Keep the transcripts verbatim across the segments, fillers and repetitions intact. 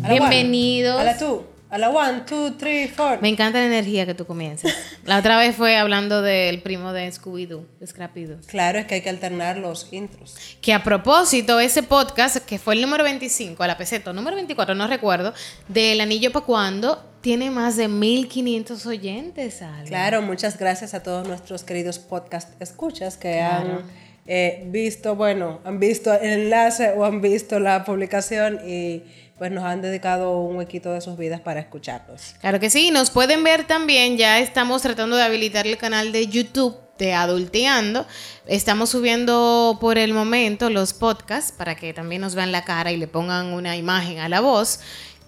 A la Bienvenidos. One. A la two. A la one, two, three, four. Me encanta la energía que tú comienzas. La otra vez fue hablando del primo de Scooby-Doo, de Scrappy-Doo. Claro, es que hay que alternar los intros. Que a propósito, ese podcast, que fue el número veinticinco, a la peseta, número veinticuatro, no recuerdo, del Anillo pa' Cuando, tiene más de mil quinientos oyentes, Alba. Claro, muchas gracias a todos nuestros queridos podcast escuchas que Claro. han eh, visto, bueno, han visto el enlace o han visto la publicación y pues nos han dedicado un huequito de sus vidas para escucharnos. Claro que sí, nos pueden ver también, ya estamos tratando de habilitar el canal de YouTube de Adulteando. Estamos subiendo por el momento los podcasts para que también nos vean la cara y le pongan una imagen a la voz.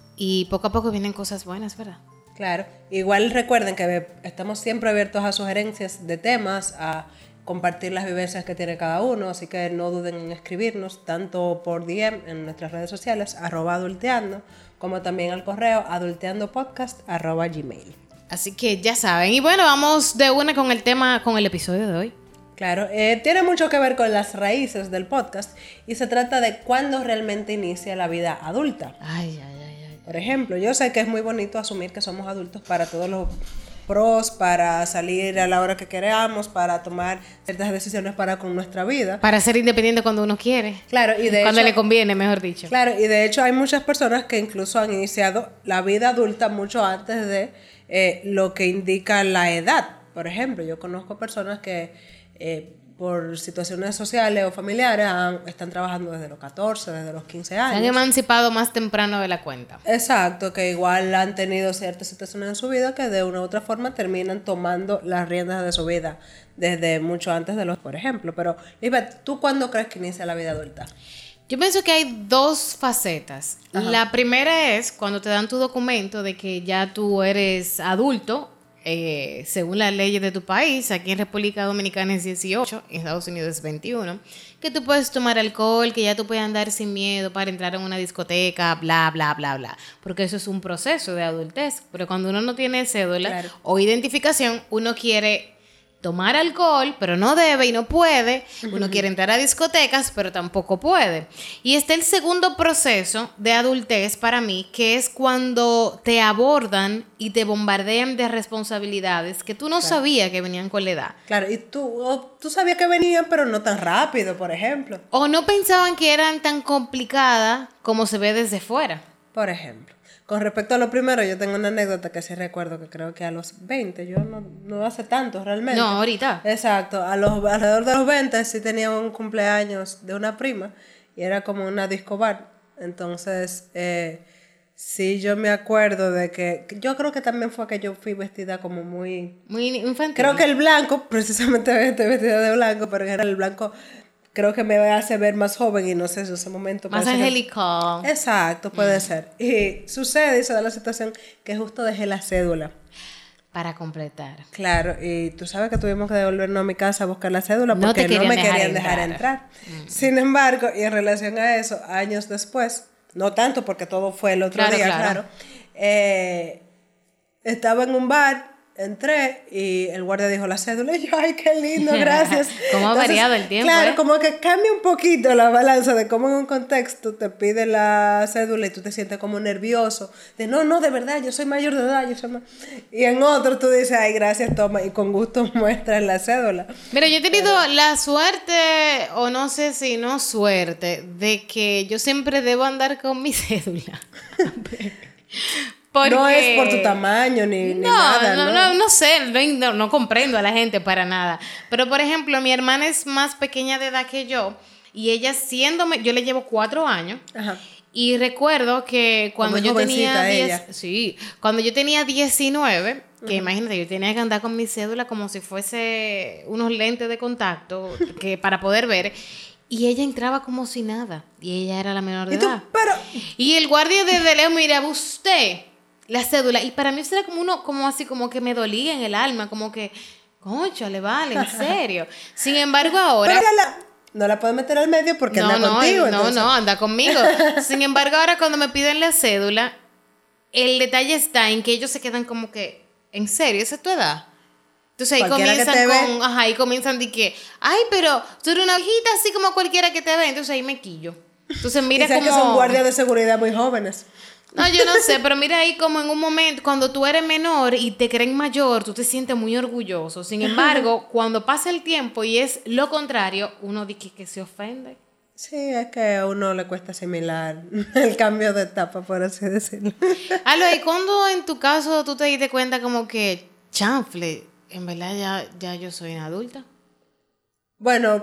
Y poco a poco vienen cosas buenas, ¿verdad? Claro, igual recuerden que estamos siempre abiertos a sugerencias de temas, a compartir las vivencias que tiene cada uno, así que no duden en escribirnos, tanto por D M en nuestras redes sociales, arroba adulteando, como también al correo adulteandopodcast arroba gmail. Así que ya saben. Y bueno, vamos de una con el tema, con el episodio de hoy. Claro, eh, tiene mucho que ver con las raíces del podcast y se trata de cuándo realmente inicia la vida adulta. Ay, ay, ay, ay. Por ejemplo, yo sé que es muy bonito asumir que somos adultos para todos los pros, para salir a la hora que queramos, para tomar ciertas decisiones para con nuestra vida. Para ser independiente cuando uno quiere. Claro, y de Cuando hecho, le conviene, mejor dicho. Claro, y de hecho hay muchas personas que incluso han iniciado la vida adulta mucho antes de eh, lo que indica la edad. Por ejemplo, yo conozco personas que eh, por situaciones sociales o familiares han- están trabajando desde los catorce, desde los quince Se han años. emancipado más temprano de la cuenta. Exacto, que igual han tenido ciertas situaciones en su vida que de una u otra forma terminan tomando las riendas de su vida desde mucho antes de los, por ejemplo. Pero, Lisbeth, ¿tú cuándo crees que inicia la vida adulta? Yo pienso que hay dos facetas. Ajá. La primera es cuando te dan tu documento de que ya tú eres adulto, eh, según las leyes de tu país. Aquí en República Dominicana es dieciocho, en Estados Unidos es veintiuno, que tú puedes tomar alcohol, que ya tú puedes andar sin miedo para entrar en una discoteca, bla, bla, bla, bla. Porque eso es un proceso de adultez. Pero cuando uno no tiene cédula Claro. o identificación, uno quiere tomar alcohol, pero no debe y no puede. Uno quiere entrar a discotecas, pero tampoco puede. Y está el segundo proceso de adultez para mí, que es cuando te abordan y te bombardean de responsabilidades que tú no Claro. sabías que venían con la edad. Claro, y tú, o tú sabías que venían, pero no tan rápido, por ejemplo. O no pensaban que eran tan complicadas como se ve desde fuera. Por ejemplo. Con respecto a lo primero, yo tengo una anécdota que sí recuerdo que creo que a los veinte, yo no, no hace tanto realmente. No, ahorita. Exacto, a los, alrededor de los veinte sí tenía un cumpleaños de una prima y era como una disco bar. Entonces, eh, sí yo me acuerdo de que, yo creo que también fue que yo fui vestida como muy... Muy infantil. Creo que el blanco, precisamente estoy vestida de blanco, pero en general el blanco creo que me hace ver más joven y no sé, en ese momento... Más parece que- angelical. Exacto, puede ser. Y sucede y se da la situación que justo dejé la cédula. Para completar. Claro, y tú sabes que tuvimos que devolvernos a mi casa a buscar la cédula No te porque no, querían me dejar querían dejar entrar. entrar. Sin embargo, y en relación a eso, años después, no tanto porque todo fue el otro Claro, día, claro. claro, eh, estaba en un bar, entré y el guardia dijo la cédula y yo, ay, qué lindo, gracias. Cómo ha variado el tiempo, Claro, ¿eh? como que cambia un poquito la balanza de cómo en un contexto te pide la cédula y tú te sientes como nervioso. De no, no, de verdad, yo soy mayor de edad, yo soy ma-". Y en otro tú dices, ay, gracias, toma, y con gusto muestras la cédula. Mira, yo he tenido la suerte, o no sé si no suerte, de que yo siempre debo andar con mi cédula. Porque... No es por tu tamaño ni, ni No, nada, no, ¿no? no, no sé, no, no, no comprendo a la gente para nada. Pero, por ejemplo, mi hermana es más pequeña de edad que yo y ella siéndome, yo le llevo cuatro años. Ajá. Y recuerdo que cuando Como yo tenía jovencita diez, ella. sí, cuando yo tenía diecinueve, que imagínate, yo tenía que andar con mi cédula como si fuese unos lentes de contacto que para poder ver, y ella entraba como si nada, y ella era la menor de Y tú, edad. pero... Y el guardia desde lejos miraba usted la cédula, y para mí eso era como uno, como así, como que me dolía en el alma, como que, conchale, vale, en serio. Sin embargo, ahora... Pero la- la- no la puedes meter al medio porque No, anda no, contigo. no, entonces. no, anda conmigo. Sin embargo, ahora cuando me piden la cédula, el detalle está en que ellos se quedan como que, ¿en serio? ¿Esa es tu edad? Entonces ahí Cualquiera que comienzan te con, ve. ajá, ahí comienzan de que, ay, pero tú eres una hojita así como cualquiera que te ve. Entonces ahí me quillo. Entonces mira Quizás como... que son guardias de seguridad muy jóvenes. No, yo no sé, pero mira ahí como en un momento, cuando tú eres menor y te creen mayor, tú te sientes muy orgulloso. Sin embargo, cuando pasa el tiempo y es lo contrario, uno dice que se ofende. Sí, es que a uno le cuesta asimilar el cambio de etapa, por así decirlo. Aló, ¿y cuándo en tu caso tú te diste cuenta como que, chanfle, en verdad ya, ya yo soy una adulta? Bueno,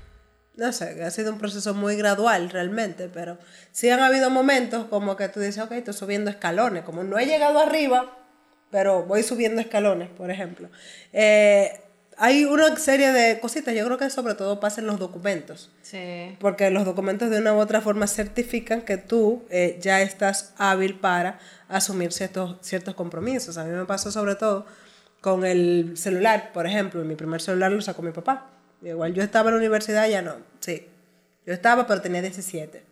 no sé, ha sido un proceso muy gradual realmente, pero sí han habido momentos como que tú dices, ok, estoy subiendo escalones, como no he llegado arriba, pero voy subiendo escalones, por ejemplo. Eh, hay una serie de cositas, yo creo que sobre todo pasa en los documentos. Sí. Porque los documentos de una u otra forma certifican que tú eh, ya estás hábil para asumir ciertos, ciertos compromisos. A mí me pasó sobre todo con el celular, por ejemplo. Mi primer celular lo sacó mi papá. Igual yo estaba en la universidad, ya no. Sí, yo estaba, pero tenía diecisiete.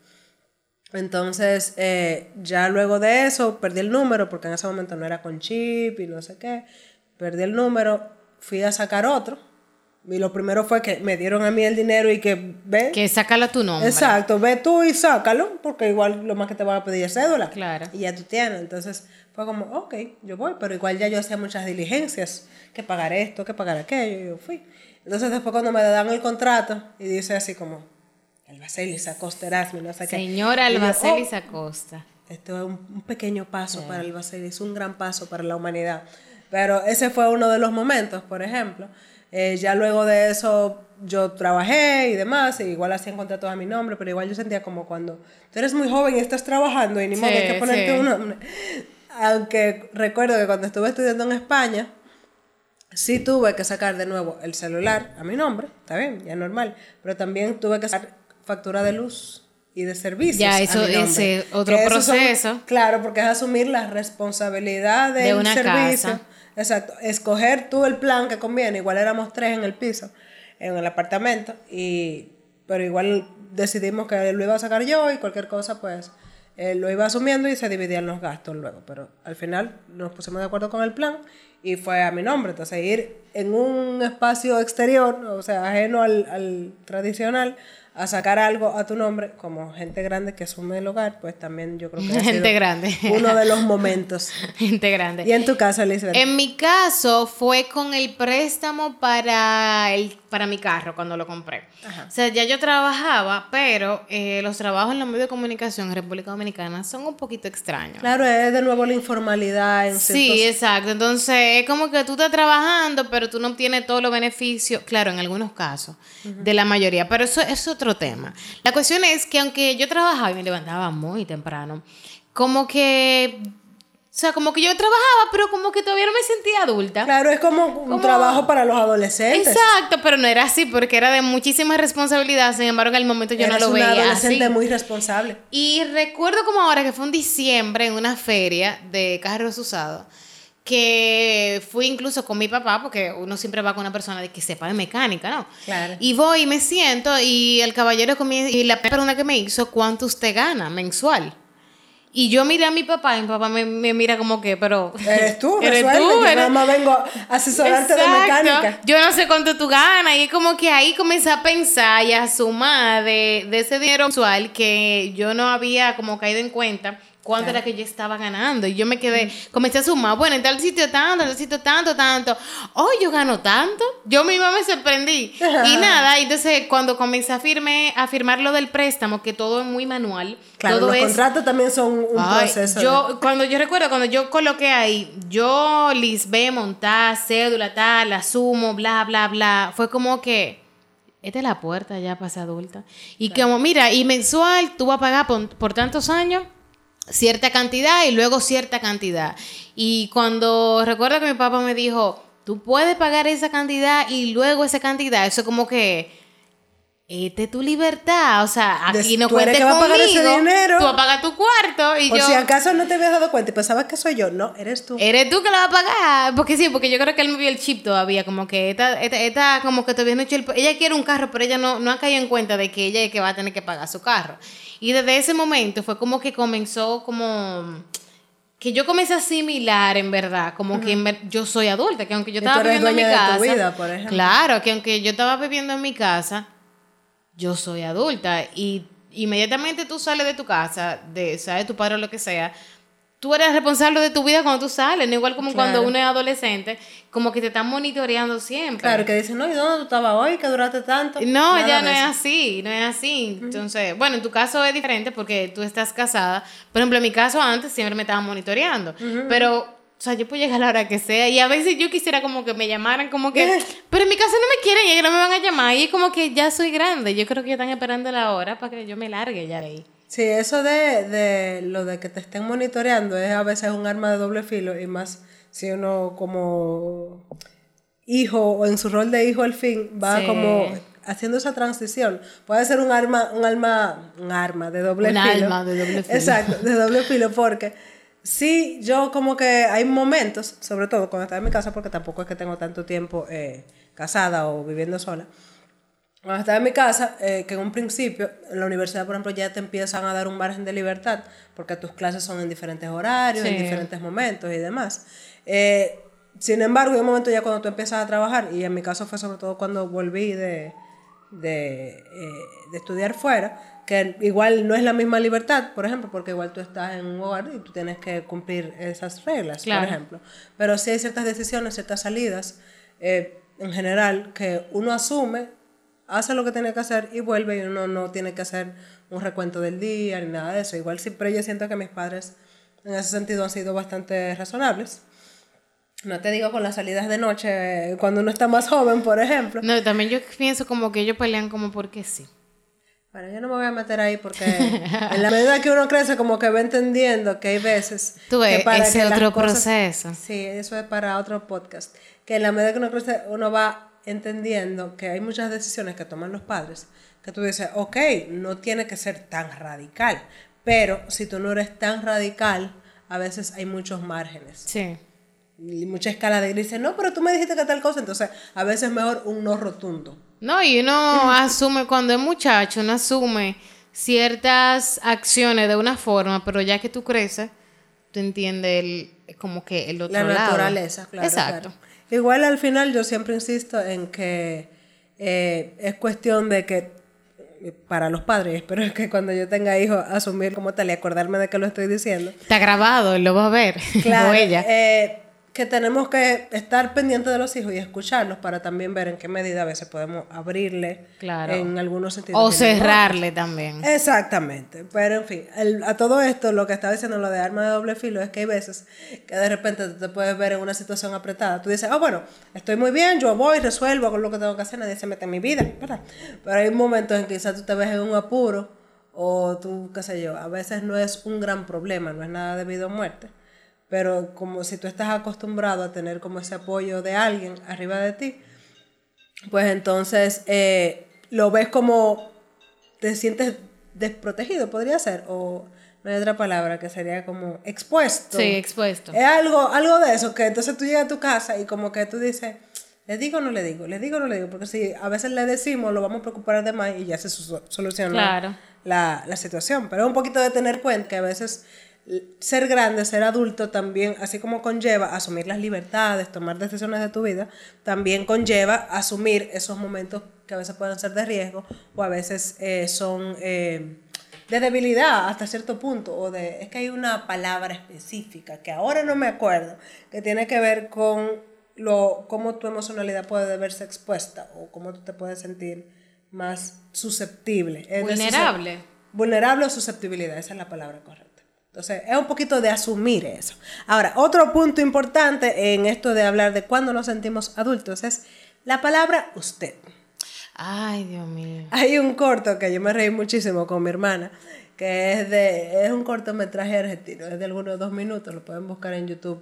Entonces, eh, ya luego de eso, perdí el número, porque en ese momento no era con chip y no sé qué. Perdí el número, fui a sacar otro. Y lo primero fue que me dieron a mí el dinero y que ve. Que sácalo a tu nombre. Exacto, ve tú y sácalo, porque igual lo más que te van a pedir es cédula. Claro. Y ya tú tienes. Entonces fue como, ok, yo voy, pero igual ya yo hacía muchas diligencias, que pagar esto, que pagar aquello, y yo fui. Entonces después cuando me dan el contrato y dice así como, Albacelis Acosta Erasmi, no sé qué. Señora Albacelis Acosta. Oh, esto es un, un pequeño paso sí. para Albacelis, un gran paso para la humanidad. Pero ese fue uno de los momentos, por ejemplo. Eh, ya luego de eso yo trabajé y demás, y igual así encontré todo a mi nombre, pero igual yo sentía como cuando tú eres muy joven y estás trabajando y ni sí, modo hay que ponerte sí. un nombre. Aunque recuerdo que cuando estuve estudiando en España, sí tuve que sacar de nuevo el celular a mi nombre, está bien, ya normal, pero también tuve que sacar factura de luz y de servicios. Ya, eso es otro proceso. Son, claro, porque es asumir la responsabilidad del de una servicio. Casa. Exacto, escoger tú el plan que conviene. Igual éramos tres en el piso, en el apartamento, y pero igual decidimos que lo iba a sacar yo y cualquier cosa pues eh, lo iba asumiendo y se dividían los gastos luego. Pero al final nos pusimos de acuerdo con el plan y fue a mi nombre. Entonces ir en un espacio exterior, o sea, ajeno al, al tradicional, a sacar algo a tu nombre, como gente grande que asume el hogar, pues también yo creo que ha gente sido grande. uno de los momentos. Gente grande. ¿Y en tu caso, Elizabeth? En mi caso fue con el préstamo para, el, para mi carro cuando lo compré. Ajá. O sea, ya yo trabajaba, pero eh, los trabajos en los medios de comunicación en República Dominicana son un poquito extraños. Claro, es de nuevo la informalidad. En sí, ciertos... exacto. Entonces, es como que tú estás trabajando, pero tú no obtienes todos los beneficios, claro, en algunos casos, uh-huh. de la mayoría, pero eso es otro tema. La cuestión es que aunque yo trabajaba y me levantaba muy temprano, como que, o sea, como que yo trabajaba, pero como que todavía no me sentía adulta. Claro, es como un como... trabajo para los adolescentes. Exacto, pero no era así, porque era de muchísima responsabilidad. Sin embargo, en el momento yo Eres no lo veía así. Eres una adolescente muy responsable. Y recuerdo como ahora que fue en diciembre en una feria de carros usados, que fui incluso con mi papá, porque uno siempre va con una persona de que sepa de mecánica, ¿no? Claro. Y voy y me siento y el caballero comienza, y la pregunta que me hizo, ¿cuánto usted gana mensual? Y yo miré a mi papá y mi papá me, me mira como que, pero... Eres tú, ¿eres resuelve, tú? Yo ¿Eres... nada más vengo a asesorarte de mecánica. Yo no sé cuánto tú ganas. Y como que ahí comencé a pensar y a sumar de, de ese dinero mensual que yo no había como caído en cuenta cuánto claro. era que yo estaba ganando. Y yo me quedé, mm. comencé a sumar, bueno, en tal sitio tanto, en tal sitio tanto, tanto. Oh, yo gano tanto. Yo misma me sorprendí. Y nada, entonces cuando comencé a, firme, a firmar lo del préstamo, que todo es muy manual. Claro, todo los es, contratos también son un ay, proceso. Yo, de... cuando yo recuerdo, cuando yo coloqué ahí, yo lisbé, montar, cédula, tal, la sumo, bla, bla, bla. Fue como que... Esta es la puerta ya para ser adulta. Y claro. como, mira, y mensual tú vas a pagar por, por tantos años cierta cantidad y luego cierta cantidad. Y cuando recuerdo que mi papá me dijo, tú puedes pagar esa cantidad y luego esa cantidad, eso como que, esta es tu libertad, o sea, aquí no cuentes conmigo, a pagar ese dinero, tú vas a pagar tu cuarto y por yo... si acaso no te habías dado cuenta y pensabas que soy yo, no, eres tú. Eres tú que la vas a pagar, porque sí, porque yo creo que él me vio el chip todavía, como que esta, esta, esta como que todavía no ha hecho el... Ella quiere un carro, pero ella no, no ha caído en cuenta de que ella es que va a tener que pagar su carro. Y desde ese momento fue como que comenzó como... que yo comencé a asimilar en verdad, como uh-huh. que en ver, yo soy adulta, que aunque yo estaba viviendo en mi casa... de tu vida, por ejemplo. Claro, que aunque yo estaba viviendo en mi casa... yo soy adulta y inmediatamente tú sales de tu casa, de, sea de tu padre o lo que sea, tú eres responsable de tu vida cuando tú sales, no igual como Claro. cuando uno es adolescente, como que te están monitoreando siempre. Claro, que dicen, no, ¿y dónde tú estabas hoy? ¿Que duraste tanto? No, Nada ya de no es eso. así, no es así. Entonces, bueno, en tu caso es diferente porque tú estás casada. Por ejemplo, en mi caso antes siempre me estaban monitoreando. Pero, o sea, yo puedo llegar a la hora que sea y a veces yo quisiera como que me llamaran como que... Pero en mi casa no me quieren y que no me van a llamar. Y es como que ya soy grande. Yo creo que están esperando la hora para que yo me largue ya de ahí. Sí, eso de, de lo de que te estén monitoreando es a veces un arma de doble filo y más si uno como hijo o en su rol de hijo al fin va Sí. como haciendo esa transición. Puede ser un arma, un arma, un arma de doble Un filo. alma de doble filo. Exacto, de doble filo porque sí, yo como que hay momentos, sobre todo cuando estaba en mi casa porque tampoco es que tengo tanto tiempo eh, casada o viviendo sola. Cuando estaba en mi casa, eh, que en un principio, en la universidad, por ejemplo, ya te empiezan a dar un margen de libertad, porque tus clases son en diferentes horarios, Sí. en diferentes momentos y demás. Eh, sin embargo, hay un momento ya cuando tú empiezas a trabajar, y en mi caso fue sobre todo cuando volví de, de, eh, de estudiar fuera, que igual no es la misma libertad, por ejemplo, porque igual tú estás en un hogar y tú tienes que cumplir esas reglas, Claro. por ejemplo. Pero sí hay ciertas decisiones, ciertas salidas, eh, en general, que uno asume, hace lo que tiene que hacer y vuelve y uno no tiene que hacer un recuento del día ni nada de eso. Igual siempre yo siento que mis padres en ese sentido han sido bastante razonables. No te digo con las salidas de noche cuando uno está más joven, por ejemplo. No, también yo pienso como que ellos pelean como porque sí. Bueno, yo no me voy a meter ahí porque en la medida que uno crece como que va entendiendo que hay veces Tú ves, que para ese que las otro cosas- proceso. Sí, eso es para otro podcast. Que en la medida que uno crece uno va entendiendo que hay muchas decisiones que toman los padres que tú dices, ok, no tiene que ser tan radical, pero si tú no eres tan radical, a veces hay muchos márgenes. Sí. Y mucha escala de grises. No, pero tú me dijiste que tal cosa, entonces a veces es mejor un no rotundo. No, y uno asume, cuando es muchacho, uno asume ciertas acciones de una forma, pero ya que tú creces, tú entiendes el, como que el otro La lado. naturaleza, claro. Exacto. Claro. Igual al final yo siempre insisto en que eh, es cuestión de que para los padres, espero que cuando yo tenga hijos asumir como tal y acordarme de que lo estoy diciendo. Está grabado, él lo va a ver. Claro, o ella. eh, que tenemos que estar pendientes de los hijos y escucharlos para también ver en qué medida a veces podemos abrirle Claro. en algunos sentidos. O y en otros. cerrarle también. Exactamente, pero en fin, el- a todo esto lo que estaba diciendo lo de arma de doble filo es que hay veces que de repente tú te puedes ver en una situación apretada. Tú dices, ah, bueno, estoy muy bien, yo voy, resuelvo, hago lo que tengo que hacer, nadie se mete en mi vida, ¿verdad? Pero hay momentos en que quizás tú te ves en un apuro o tú, qué sé yo, a veces no es un gran problema, no es nada de vida o muerte, pero como si tú estás acostumbrado a tener como ese apoyo de alguien arriba de ti, pues entonces eh, lo ves como te sientes desprotegido, podría ser, o no hay otra palabra que sería como expuesto. Sí, expuesto. Es algo, algo de eso, que entonces tú llegas a tu casa y como que tú dices, ¿le digo o no le digo? ¿Le digo o no le digo? Porque si a veces le decimos, lo vamos a preocupar de más y ya se so- soluciona Claro. la, la situación. Pero es un poquito de tener cuenta que a veces ser grande, ser adulto también, así como conlleva asumir las libertades, tomar decisiones de tu vida, también conlleva asumir esos momentos que a veces pueden ser de riesgo o a veces eh, son eh, de debilidad hasta cierto punto, o de, es que hay una palabra específica que ahora no me acuerdo, que tiene que ver con lo, cómo tu emocionalidad puede verse expuesta o cómo tú te puedes sentir más susceptible. Es de Vulnerable. suscep- vulnerable o susceptibilidad, esa es la palabra correcta. Entonces, es un poquito de asumir eso. Ahora, otro punto importante en esto de hablar de cuándo nos sentimos adultos es la palabra usted. Ay, Dios mío. Hay un corto que yo me reí muchísimo con mi hermana, que es de es un cortometraje argentino, es de algunos dos minutos, lo pueden buscar en YouTube.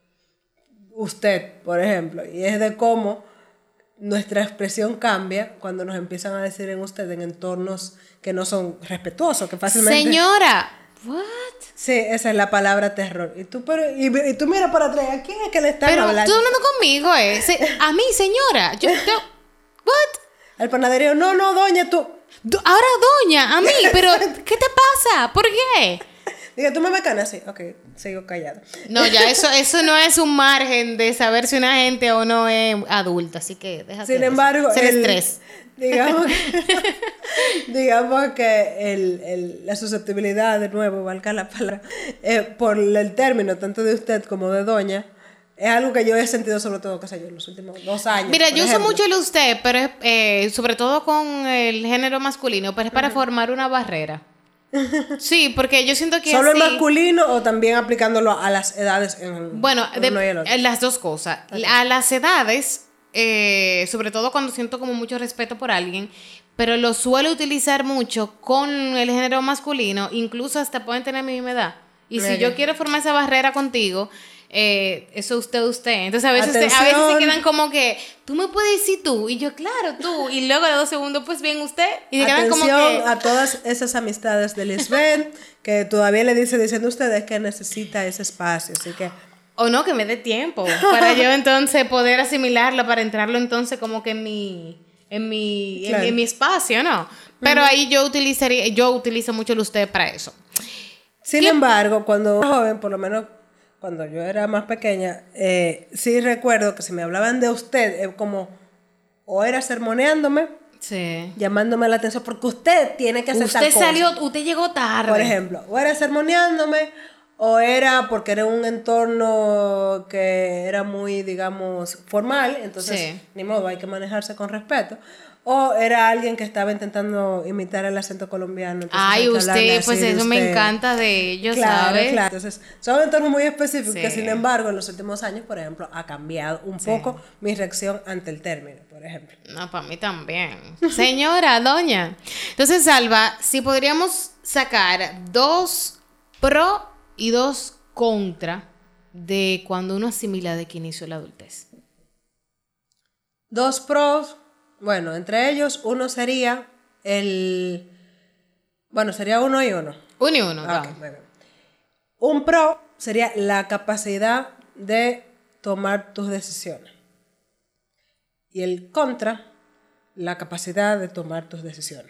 Usted, por ejemplo, y es de cómo nuestra expresión cambia cuando nos empiezan a decir en usted en entornos que no son respetuosos, que fácilmente... Señora, what? Sí, esa es la palabra terror. Y tú, pero, y, y tú mira para atrás, ¿a quién es que le están Pero hablando? tú hablando conmigo, eh. Se- a mí, señora. Yo, yo- what? Al panadería, no, no, doña, tú... Do- ahora doña, a mí, pero ¿qué te pasa? ¿Por qué? Diga, ¿tú me mecanas? Sí, ok, sigo callado. No, ya eso, eso no es un margen de saber si una gente o no es adulta, así que déjate Sin de eso. embargo, Es el el- estrés. Digamos que, digamos que el, el, la susceptibilidad, de nuevo, valga la palabra, eh, por el término, tanto de usted como de doña, es algo que yo he sentido sobre todo, qué sé yo, en los últimos dos años. Mira, yo ejemplo. uso mucho el usted, pero es, eh, sobre todo con el género masculino, pero es para uh-huh. formar una barrera. Sí, porque yo siento que ¿Solo así, el masculino o también aplicándolo a las edades? En bueno, de, en las dos cosas. Okay. A las edades, eh, sobre todo cuando siento como mucho respeto por alguien, pero lo suelo utilizar mucho con el género masculino, incluso hasta pueden tener mi misma edad. Y Mira. si yo quiero formar esa barrera contigo, eh, eso usted, usted. Entonces a veces, te, a veces se quedan como que, tú me puedes decir tú, y yo, claro, tú, y luego a los dos segundos, pues bien usted, y se quedan como que... a todas esas amistades de Lisbeth, que todavía le dice, diciendo a ustedes que necesita ese espacio, así que... O no, que me dé tiempo, para yo entonces poder asimilarlo, para entrarlo entonces como que en mi... en mi, claro. en, en mi espacio, ¿no? Pero uh-huh. ahí yo utilizaría, yo utilizo mucho el usted para eso. Sin ¿Qué? embargo, cuando era joven, por lo menos cuando yo era más pequeña, eh, sí recuerdo que si me hablaban de usted, eh, como o era sermoneándome, sí. llamándome la atención, porque usted tiene que hacer usted tal cosa. salió, usted llegó tarde. Por ejemplo, o era sermoneándome, o era porque era un entorno que era muy, digamos, formal, entonces sí. ni modo, hay que manejarse con respeto. O era alguien que estaba intentando imitar el acento colombiano. Ay, usted, pues eso usted. me encanta de ellos, claro, ¿sabes? Claro, entonces son entornos muy específicos sí. que sin embargo en los últimos años, por ejemplo, ha cambiado un sí. poco mi reacción ante el término, por ejemplo. No, para mí también. Señora, doña. Entonces, Salva, si podríamos sacar dos pro y dos contra de cuando uno asimila de que inició la adultez. Dos pros... Bueno, entre ellos uno sería el... Bueno, sería uno y uno. Uno y uno, okay, no. Bueno. Un pro sería la capacidad de tomar tus decisiones. Y el contra, la capacidad de tomar tus decisiones.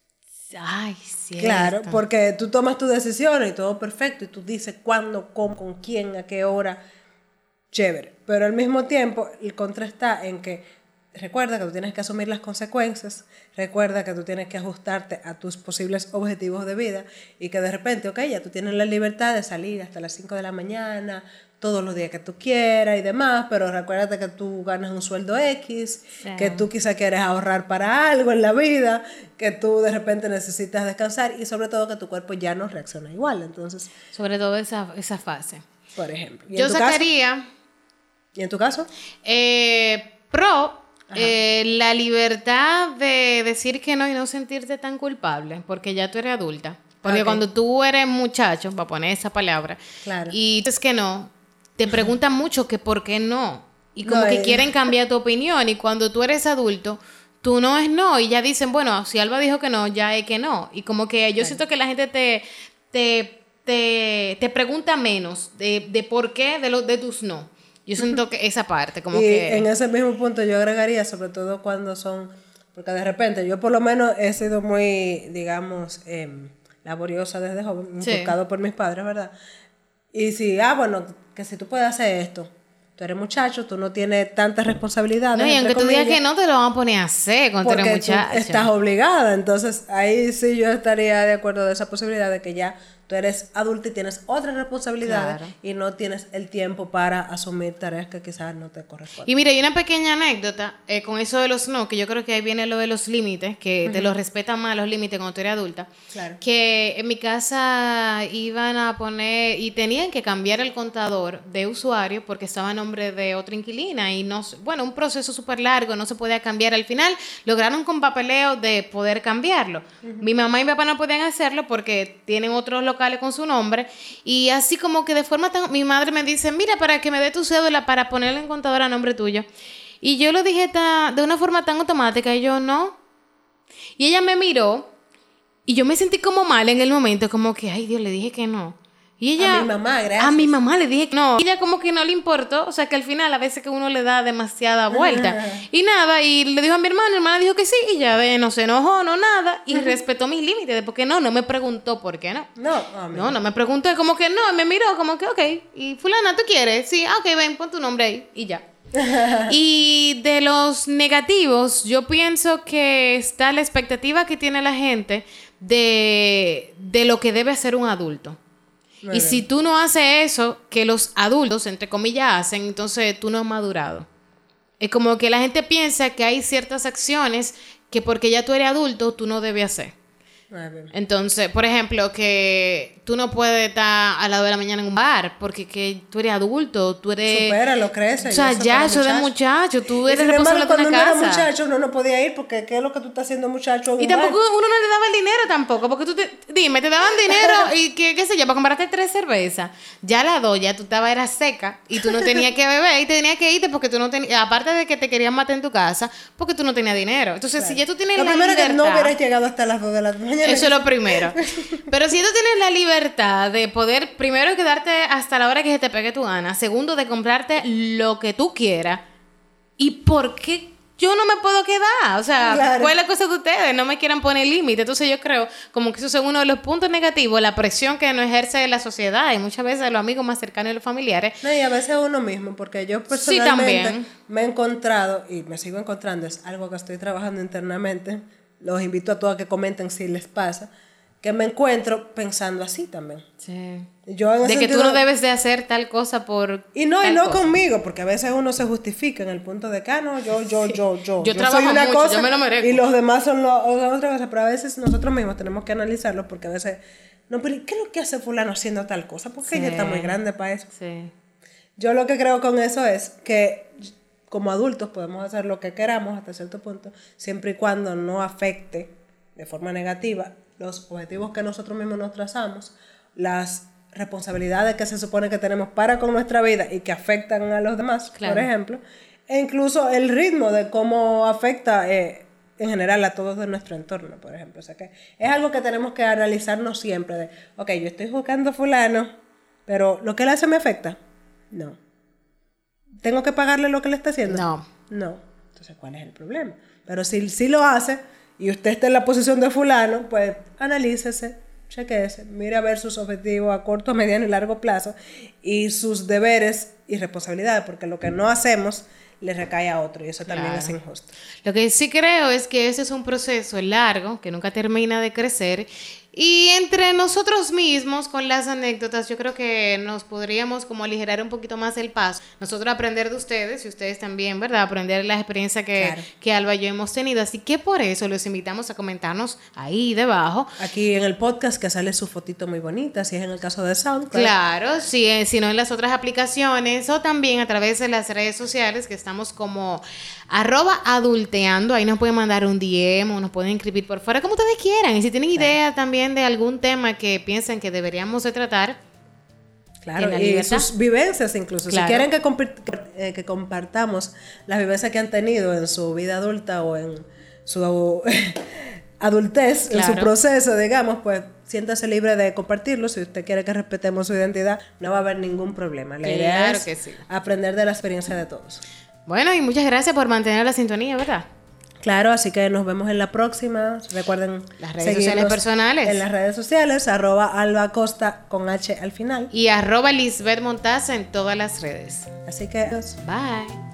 Ay, cierto. Claro, porque tú tomas tus decisiones y todo perfecto, y tú dices cuándo, cómo, con quién, a qué hora, chévere. Pero al mismo tiempo, el contra está en que recuerda que tú tienes que asumir las consecuencias, recuerda que tú tienes que ajustarte a tus posibles objetivos de vida y que de repente, ok, ya tú tienes la libertad de salir hasta las cinco de la mañana, todos los días que tú quieras y demás, pero recuérdate que tú ganas un sueldo X, sí. que tú quizás quieres ahorrar para algo en la vida, que tú de repente necesitas descansar y sobre todo que tu cuerpo ya no reacciona igual. Entonces, sobre todo esa, esa fase. Por ejemplo. ¿Y Yo sacaría... Caso? ¿Y en tu caso? Eh, pro... Eh, la libertad de decir que no y no sentirte tan culpable, porque ya tú eres adulta. Porque okay. cuando tú eres muchacho, para poner esa palabra, claro. y dices que no, te preguntan mucho que por qué no. Y como no, que eh. quieren cambiar tu opinión. Y cuando tú eres adulto, tú no es no. Y ya dicen, bueno, si Alba dijo que no, ya es que no. Y como que yo claro. siento que la gente te, te, te, te pregunta menos de, de por qué de, lo, de tus no. Yo siento que esa parte, como y que... en ese mismo punto yo agregaría, sobre todo cuando son... Porque de repente, yo por lo menos he sido muy, digamos, eh, laboriosa desde joven, inculcado sí. por mis padres, ¿verdad? Y si, ah, bueno, que si tú puedes hacer esto, tú eres muchacho, tú no tienes tantas responsabilidades. No, y aunque tú digas que no, te lo van a poner a hacer cuando eres muchacho. Tú estás obligada, entonces ahí sí yo estaría de acuerdo de esa posibilidad de que ya... Tú eres adulta y tienes otras responsabilidades claro. y no tienes el tiempo para asumir tareas que quizás no te corresponden. Y mira, hay una pequeña anécdota eh, con eso de los no, que yo creo que ahí viene lo de los límites, que uh-huh. te los respetan más los límites cuando tú eres adulta. Claro. Que en mi casa iban a poner y tenían que cambiar el contador de usuario porque estaba a nombre de otra inquilina y no, bueno, un proceso súper largo, no se podía cambiar. Al final lograron con papeleo de poder cambiarlo. Uh-huh. Mi mamá y mi papá no podían hacerlo porque tienen otros locales con su nombre y así como que de forma tan... Mi madre me dice, mira, para que me dé tu cédula para ponerle en contador a nombre tuyo. Y yo lo dije ta, de una forma tan automática y yo, no. Y ella me miró y yo me sentí como mal en el momento, como que, ay Dios, le dije que no. Y ella... A mi mamá, gracias. A mi mamá le dije que no. Y ella como que no le importó, o sea que al final a veces que uno le da demasiada vuelta. Y nada, y le dijo a mi hermana, mi hermana dijo que sí, y ya ve, no se enojó, no nada, y uh-huh. respetó mis límites, de por qué no, no me preguntó por qué no. No, oh, no, no me preguntó, como que no, me miró, como que ok, y fulana, ¿tú quieres? Sí, ah, ok, ven, pon tu nombre ahí, y ya. Y de los negativos, yo pienso que está la expectativa que tiene la gente de, de lo que debe hacer un adulto. Muy y bien. Si tú no haces eso que los adultos, entre comillas, hacen, entonces tú no has madurado. Es como que la gente piensa que hay ciertas acciones que porque ya tú eres adulto, tú no debes hacer. Entonces, por ejemplo, que tú no puedes estar a las dos de la mañana en un bar porque que tú eres adulto, tú eres... Supéralo, crece. O sea, ya, eso de muchacho, tú eres responsable de una casa. Cuando uno era muchacho, uno no podía ir porque ¿qué es lo que tú estás haciendo, muchacho? En y un tampoco bar? uno no le daba el dinero tampoco, porque tú te... Dime, te daban dinero y qué, qué sé yo, para comprarte tres cervezas. Ya la dos, ya tú estabas, era seca y tú no tenías que beber y te tenías que irte porque tú no tenías... Aparte de que te querían matar en tu casa, porque tú no tenías dinero. Entonces, claro. Si ya tú tienes lo la primero libertad... es que no hubieras llegado hasta las dos de la mañana. Eso es lo primero. Pero si tú tienes la libertad de poder, primero, quedarte hasta la hora que se te pegue tu gana, segundo, de comprarte lo que tú quieras, ¿y por qué yo no me puedo quedar? O sea, claro. ¿Cuál es la cosa de ustedes? No me quieran poner límite. Entonces yo creo como que eso es uno de los puntos negativos, la presión que nos ejerce la sociedad y muchas veces los amigos más cercanos y los familiares. No, y a veces uno mismo, porque yo personalmente sí, me he encontrado, y me sigo encontrando, es algo que estoy trabajando internamente, los invito a todos a que comenten si les pasa, que me encuentro pensando así también. Sí. Yo en de que sentido, tú no debes de hacer tal cosa por y no tal y no cosa. Conmigo, porque a veces uno se justifica en el punto de que ah, no, yo, yo, sí. yo, yo. Yo, yo trabajo soy una mucho, cosa yo me lo merezco. Y los demás son lo, otra cosa, pero a veces nosotros mismos tenemos que analizarlo porque a veces, no, pero ¿qué es lo que hace fulano haciendo tal cosa? Porque sí. Ella está muy grande para eso. Sí. Yo lo que creo con eso es que como adultos podemos hacer lo que queramos hasta cierto punto, siempre y cuando no afecte de forma negativa los objetivos que nosotros mismos nos trazamos, las responsabilidades que se supone que tenemos para con nuestra vida y que afectan a los demás, claro. Por ejemplo, e incluso el ritmo de cómo afecta eh, en general a todos de nuestro entorno, por ejemplo. O sea que es algo que tenemos que analizarnos siempre de, ok, yo estoy juzgando a fulano, pero ¿lo que él hace me afecta? No. ¿Tengo que pagarle lo que le está haciendo? No. No. Entonces, ¿cuál es el problema? Pero si, si lo hace y usted está en la posición de fulano, pues analícese, chequéese, mire a ver sus objetivos a corto, mediano y largo plazo y sus deberes y responsabilidades, porque lo que no hacemos le recae a otro y eso también claro. Es injusto. Lo que sí creo es que ese es un proceso largo que nunca termina de crecer. Y entre nosotros mismos, con las anécdotas, yo creo que nos podríamos como aligerar un poquito más el paso. Nosotros aprender de ustedes y ustedes también, ¿verdad? Aprender la experiencia que, claro. que Alba y yo hemos tenido. Así que por eso los invitamos a comentarnos ahí debajo. Aquí en el podcast que sale su fotito muy bonita, si es en el caso de SoundCloud. Claro, sí, si no en las otras aplicaciones o también a través de las redes sociales que estamos como arroba adulteando. Ahí nos pueden mandar un D M o nos pueden escribir por fuera como ustedes quieran. Y si tienen claro. idea también de algún tema que piensen que deberíamos de tratar. Claro, y libertad. Sus vivencias incluso. Claro. Si quieren que, comp- eh, que compartamos las vivencias que han tenido en su vida adulta o en su adultez, claro. En su proceso, digamos, pues siéntase libre de compartirlo. Si usted quiere que respetemos su identidad, no va a haber ningún problema. La claro idea es que sí. aprender de la experiencia de todos. Bueno, y muchas gracias por mantener la sintonía, ¿verdad? Claro, así que nos vemos en la próxima. Recuerden las redes sociales personales. En las redes sociales, arroba Alba Costa con H al final. Y arroba Lisbeth Montaza en todas las redes. Así que, bye.